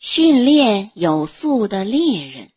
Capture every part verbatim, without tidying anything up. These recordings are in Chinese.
训练有素的猎人。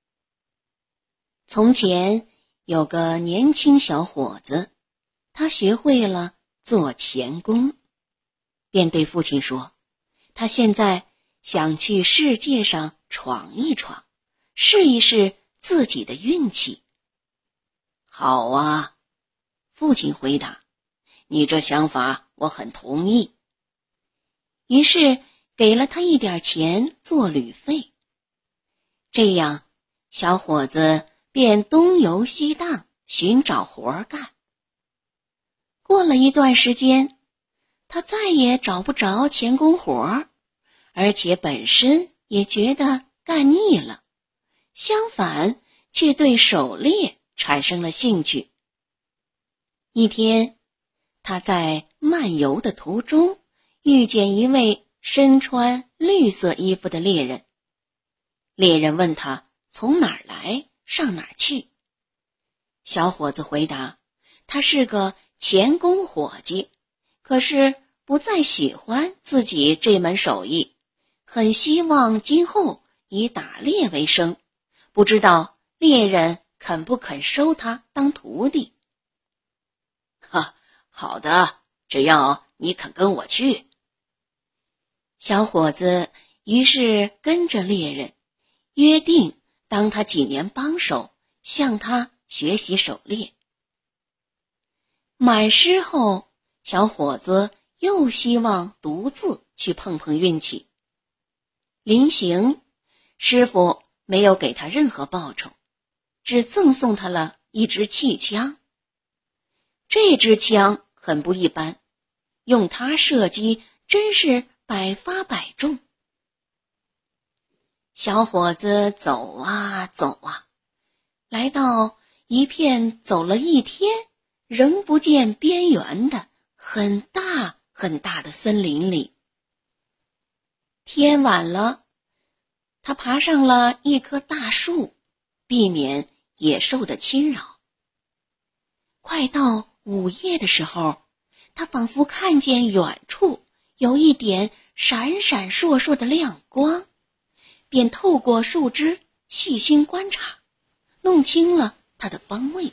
从前有个年轻小伙子，他学会了做钳工，便对父亲说，他现在想去世界上闯一闯，试一试自己的运气。好啊，父亲回答，你这想法我很同意。于是给了他一点钱做旅费。这样，小伙子便东游西荡，寻找活干。过了一段时间，他再也找不着钳工活，而且本身也觉得干腻了，相反却对狩猎产生了兴趣。一天，他在漫游的途中遇见一位身穿绿色衣服的猎人。猎人问他从哪儿来，上哪儿去。小伙子回答，他是个钳工伙计，可是不再喜欢自己这门手艺，很希望今后以打猎为生，不知道猎人肯不肯收他当徒弟。哈，好的，只要你肯跟我去。小伙子于是跟着猎人，约定当他几年帮手，向他学习狩猎。满师后，小伙子又希望独自去碰碰运气。临行，师傅没有给他任何报酬，只赠送他了一支气枪。这支枪很不一般，用它射击真是百发百中。小伙子走啊走啊，来到一片走了一天仍不见边缘的很大很大的森林里。天晚了，他爬上了一棵大树，避免野兽的侵扰。快到午夜的时候，他仿佛看见远处有一点闪闪烁烁的亮光，便透过树枝细心观察，弄清了它的方位。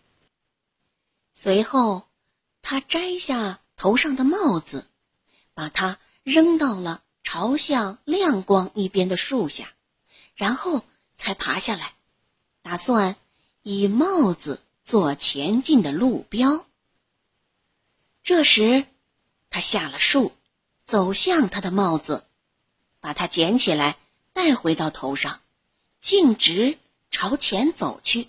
随后他摘下头上的帽子，把它扔到了朝向亮光一边的树下，然后才爬下来，打算以帽子做前进的路标。这时他下了树，走向他的帽子，把它捡起来带回到头上，径直朝前走去。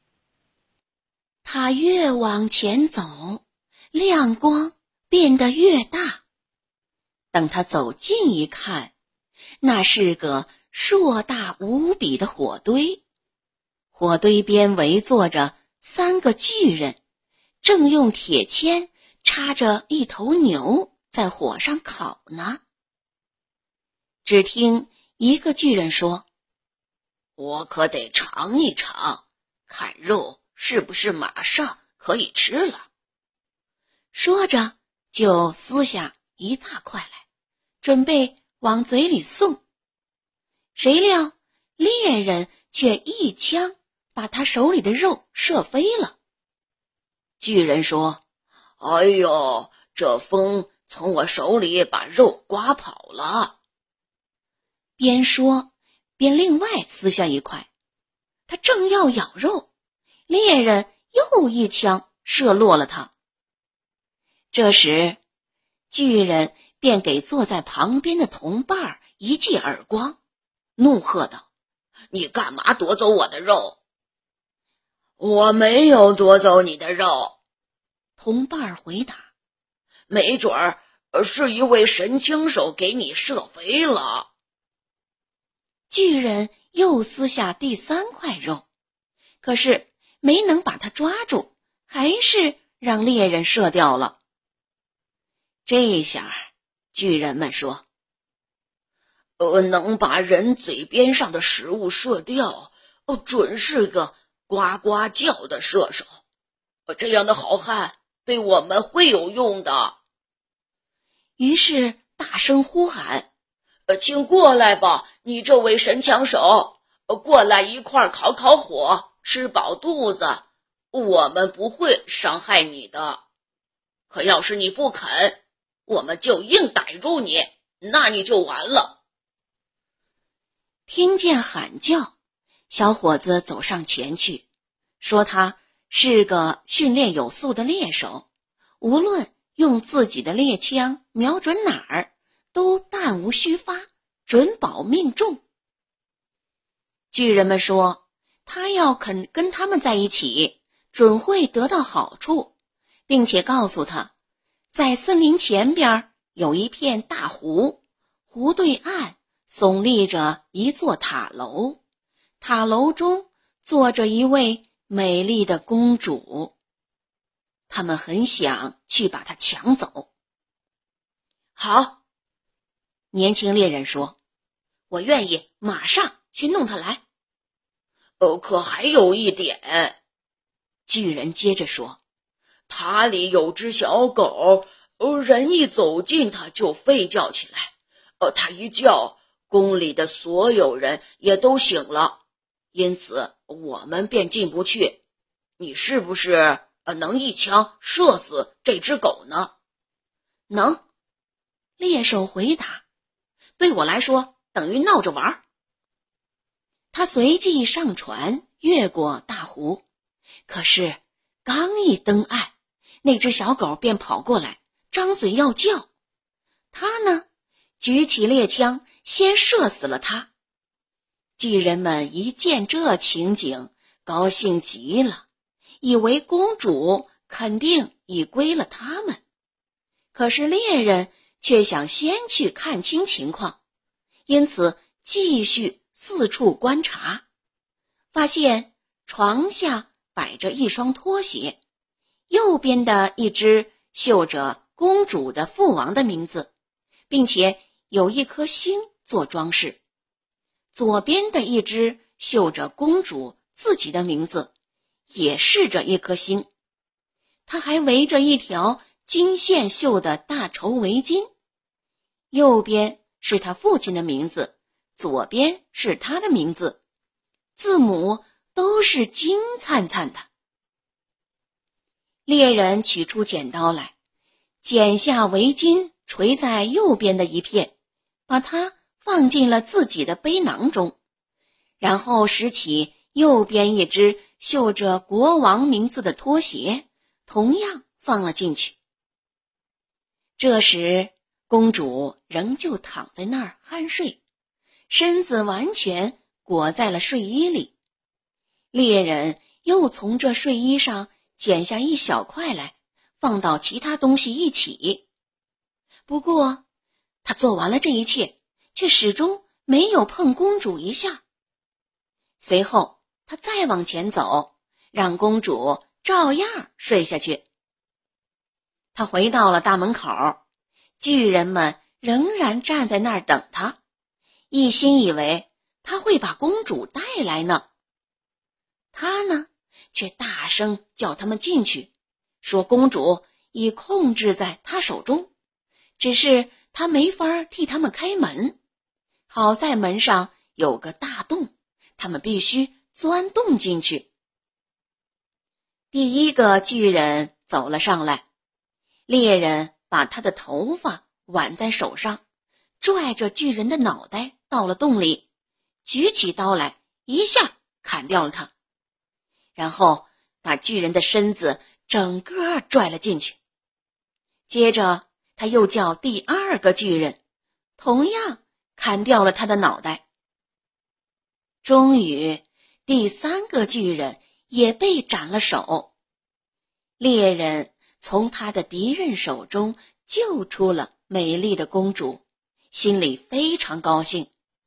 他越往前走，亮光变得越大。等他走近一看，那是个硕大无比的火堆。火堆边围坐着三个巨人，正用铁签插着一头牛在火上烤呢。只听一个巨人说，我可得尝一尝，看肉是不是马上可以吃了。说着就撕下一大块来，准备往嘴里送。谁料猎人却一枪把他手里的肉射飞了。巨人说，哎呦，这风从我手里把肉刮跑了。边说边另外撕下一块，他正要咬肉，猎人又一枪射落了他。这时巨人便给坐在旁边的同伴一记耳光，怒喝道，你干嘛夺走我的肉？我没有夺走你的肉，同伴回答，没准儿是一位神枪手给你射飞了。巨人又撕下第三块肉，可是没能把他抓住，还是让猎人射掉了。这下巨人们说，呃，能把人嘴边上的食物射掉，哦，准是个呱呱叫的射手。这样的好汉对我们会有用的。于是大声呼喊， 呃，请过来吧，你这位神枪手，呃过来一块烤烤火，吃饱肚子，我们不会伤害你的。可要是你不肯，我们就硬逮住你，那你就完了。” 听见喊叫，小伙子走上前去，说他是个训练有素的猎手，无论用自己的猎枪瞄准哪儿，都弹无虚发，准保命中。巨人们说，他要肯跟他们在一起，准会得到好处，并且告诉他，在森林前边有一片大湖，湖对岸耸立着一座塔楼，塔楼中坐着一位美丽的公主。他们很想去把她抢走。 好， 年轻猎人说，我愿意马上去弄她来。 哦，可还有一点， 巨人接着说， 塔里有只小狗，呃，人一走近它就吠叫起来，呃，它一叫，宫里的所有人也都醒了，因此我们便进不去。你是不是呃能一枪射死这只狗呢？ 能，猎手回答，对我来说等于闹着玩。他随即上船，越过大湖，可是刚一登岸，那只小狗便跑过来，张嘴要叫。他呢，举起猎枪，先射死了它。巨人们一见这情景，高兴极了，以为公主肯定已归了他们。可是猎人却想先去看清情况，因此继续四处观察，发现床下摆着一双拖鞋，右边的一只绣着公主的父王的名字，并且有一颗星做装饰，左边的一只绣着公主自己的名字，也饰着一颗星，它还围着一条金线绣的大绸围巾，右边是他父亲的名字，左边是他的名字，字母都是金灿灿的。猎人取出剪刀来，剪下围巾垂在右边的一片，把它放进了自己的背囊中，然后拾起右边一只绣着国王名字的拖鞋，同样放了进去。这时公主仍旧躺在那儿酣睡，身子完全裹在了睡衣里。猎人又从这睡衣上剪下一小块来，放到其他东西一起。不过他做完了这一切，却始终没有碰公主一下。随后他再往前走，让公主照样睡下去。他回到了大门口，巨人们仍然站在那儿等他，一心以为他会把公主带来呢。他呢，却大声叫他们进去，说公主已控制在他手中，只是他没法替他们开门。好在门上有个大洞，他们必须钻洞进去。第一个巨人走了上来，猎人把他的头发挽在手上，拽着巨人的脑袋到了洞里，举起刀来，一下砍掉了他，然后把巨人的身子整个拽了进去。接着他又叫第二个巨人，同样砍掉了他的脑袋。终于第三个巨人也被斩了首。猎人从他的敌人手中救出了美丽的公主，心里非常高兴。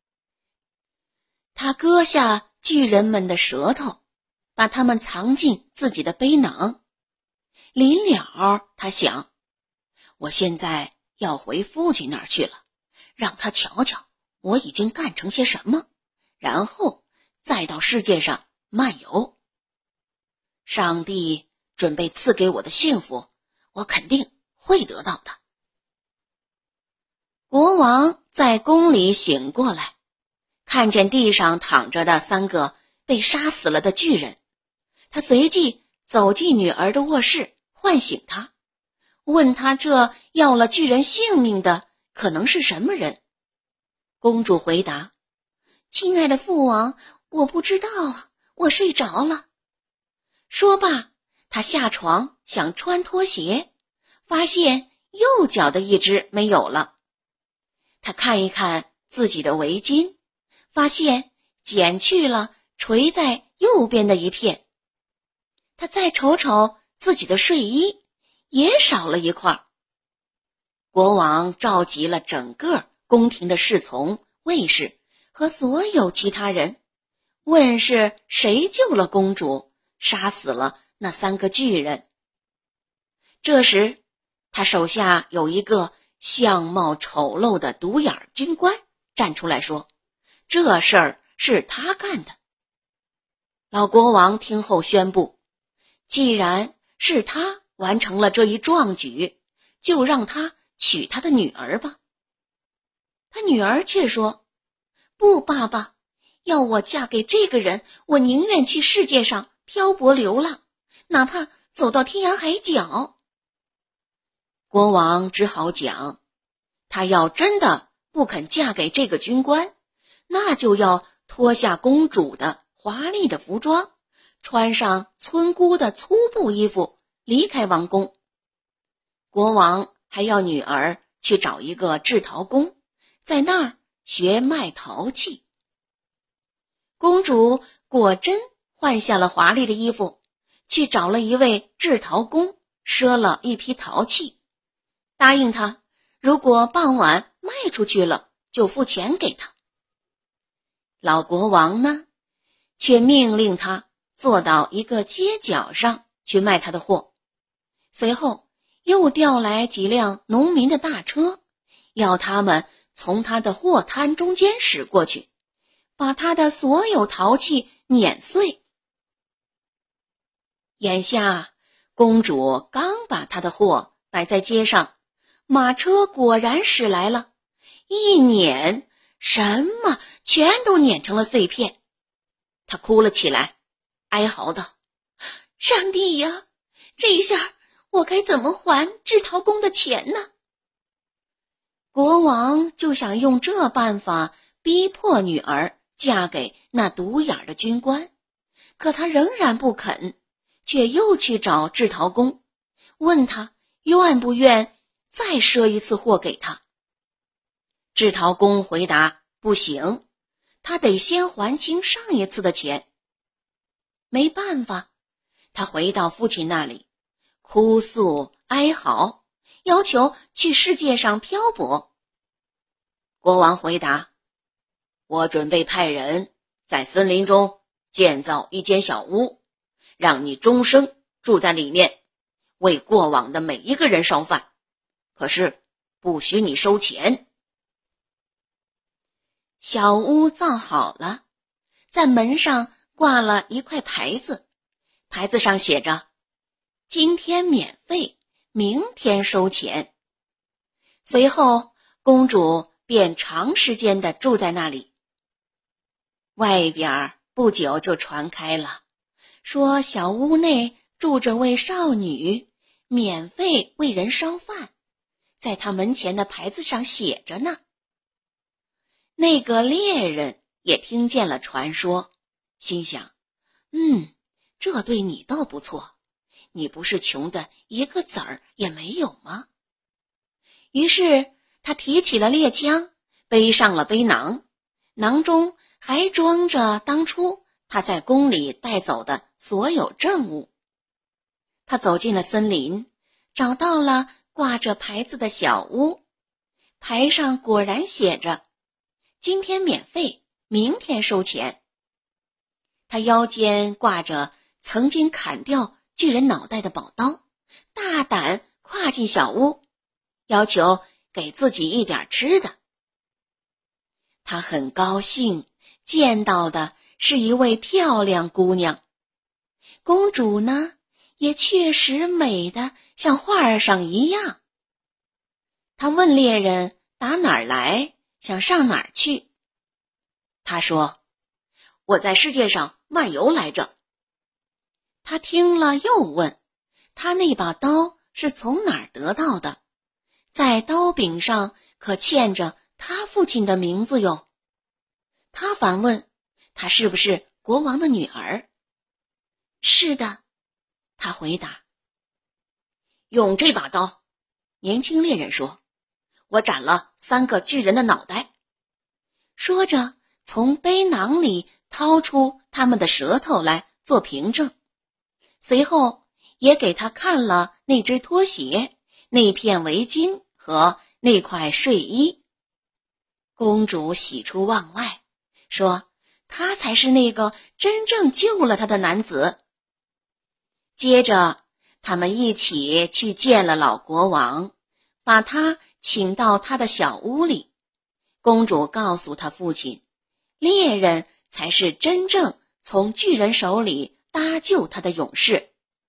他割下巨人们的舌头，把它们藏进自己的背囊。临了，他想，我现在要回父亲那儿去了，让他瞧瞧我已经干成些什么，然后再到世界上漫游。上帝准备赐给我的幸福，我肯定会得到的。 国王在宫里醒过来，看见地上躺着的三个被杀死了的巨人，他随即走进女儿的卧室，唤醒她，问她这要了巨人性命的可能是什么人。公主回答：亲爱的父王，我不知道啊，我睡着了。说罢，她下床想穿拖鞋，发现右脚的一只没有了。她看一看自己的围巾，发现剪去了垂在右边的一片。她再瞅瞅自己的睡衣，也少了一块。国王召集了整个宫廷的侍从、卫士和所有其他人，问是谁救了公主，杀死了那三个巨人。这时，他手下有一个相貌丑陋的独眼军官站出来说，这事儿是他干的。老国王听后宣布，既然是他完成了这一壮举，就让他娶他的女儿吧。他女儿却说，不，爸爸，要我嫁给这个人，我宁愿去世界上漂泊流浪，哪怕走到天涯海角。国王只好讲，他要真的不肯嫁给这个军官，那就要脱下公主的华丽的服装，穿上村姑的粗布衣服，离开王宫。国王还要女儿去找一个制陶工，在那儿学卖陶器。公主果真换下了华丽的衣服，去找了一位制陶工，赊了一批陶器，答应他，如果傍晚卖出去了，就付钱给他。老国王呢，却命令他坐到一个街角上去卖他的货，随后又调来几辆农民的大车，要他们从他的货摊中间驶过去，把他的所有陶器碾碎。眼下公主刚把她的货摆在街上，马车果然驶来了，一碾，什么全都碾成了碎片。她哭了起来，哀嚎道，上帝呀，这下我该怎么还制陶工的钱呢？国王就想用这办法逼迫女儿嫁给那独眼的军官，可他仍然不肯，却又去找制陶工，问他愿不愿再赊一次货给他。制陶工回答，不行，他得先还清上一次的钱。没办法，他回到父亲那里，哭诉哀嚎，要求去世界上漂泊。国王回答，我准备派人在森林中建造一间小屋，让你终生住在里面，为过往的每一个人烧饭，可是不许你收钱。小屋造好了，在门上挂了一块牌子，牌子上写着，今天免费，明天收钱。随后公主便长时间地住在那里。外边不久就传开了，说小屋内住着位少女，免费为人烧饭，在她门前的牌子上写着呢。那个猎人也听见了传说，心想，嗯，这对你倒不错，你不是穷的一个子儿也没有吗？于是他提起了猎枪，背上了背囊，囊中还装着当初他在宫里带走的所有证物。他走进了森林，找到了挂着牌子的小屋，牌上果然写着，今天免费，明天收钱。他腰间挂着曾经砍掉巨人脑袋的宝刀，大胆跨进小屋，要求给自己一点吃的。他很高兴见到的是一位漂亮姑娘，公主呢，也确实美得像画上一样。他问猎人打哪儿来，想上哪儿去。他说：“我在世界上漫游来着。”他听了又问：“他那把刀是从哪儿得到的？在刀柄上可嵌着他父亲的名字哟。”他反问：“他是不是国王的女儿？”“是的。”他回答。“用这把刀。”年轻猎人说，“我斩了三个巨人的脑袋。”说着从背囊里掏出他们的舌头来做凭证，随后也给他看了那只拖鞋、那片围巾和那块睡衣。公主喜出望外，说他才是那个真正救了她的男子。接着他们一起去见了老国王，把他请到他的小屋里。公主告诉他父亲，猎人才是真正从巨人手里搭救他的勇士。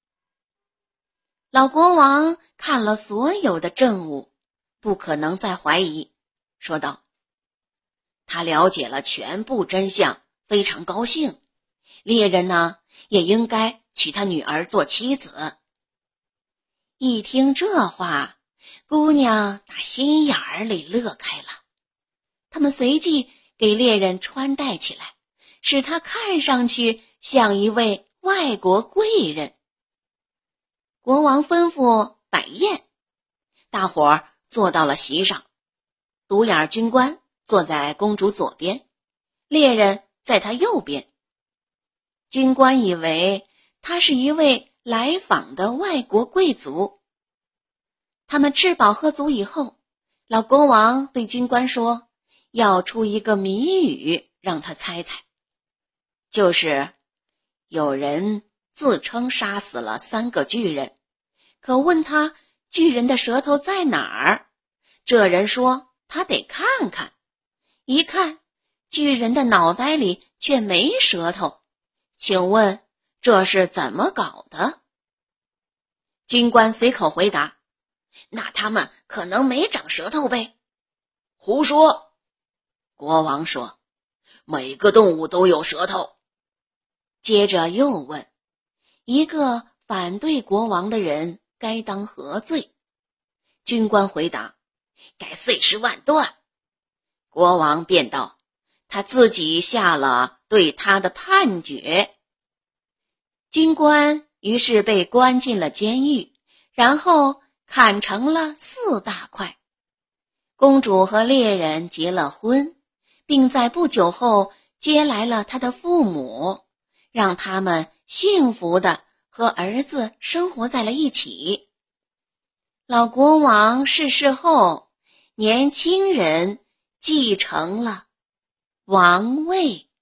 老国王看了所有的证物，不可能再怀疑，说道：“他了解了全部真相，非常高兴。猎人呢，也应该娶他女儿做妻子。”一听这话，姑娘打心眼儿里乐开了。他们随即给猎人穿戴起来，使他看上去像一位外国贵人。国王吩咐摆宴，大伙儿坐到了席上。独眼军官坐在公主左边，猎人在他右边。军官以为他是一位来访的外国贵族。他们吃饱喝足以后，老国王对军官说，要出一个谜语让他猜猜，就是有人自称杀死了三个巨人，可问他巨人的舌头在哪儿，这人说他得看看，一看巨人的脑袋里却没舌头，请问这是怎么搞的？军官随口回答：“那他们可能没长舌头呗。”“ 胡说！” 国王说，“ 每个动物都有舌头。” 接着又问：“一个反对国王的人该当何罪？”军官回答：“该碎尸万段。”国王便道：“他自己下了对他的判决。”军官于是被关进了监狱，然后砍成了四大块。公主和猎人结了婚，并在不久后接来了他的父母，让他们幸福地和儿子生活在了一起。老国王逝世后，年轻人继承了王位。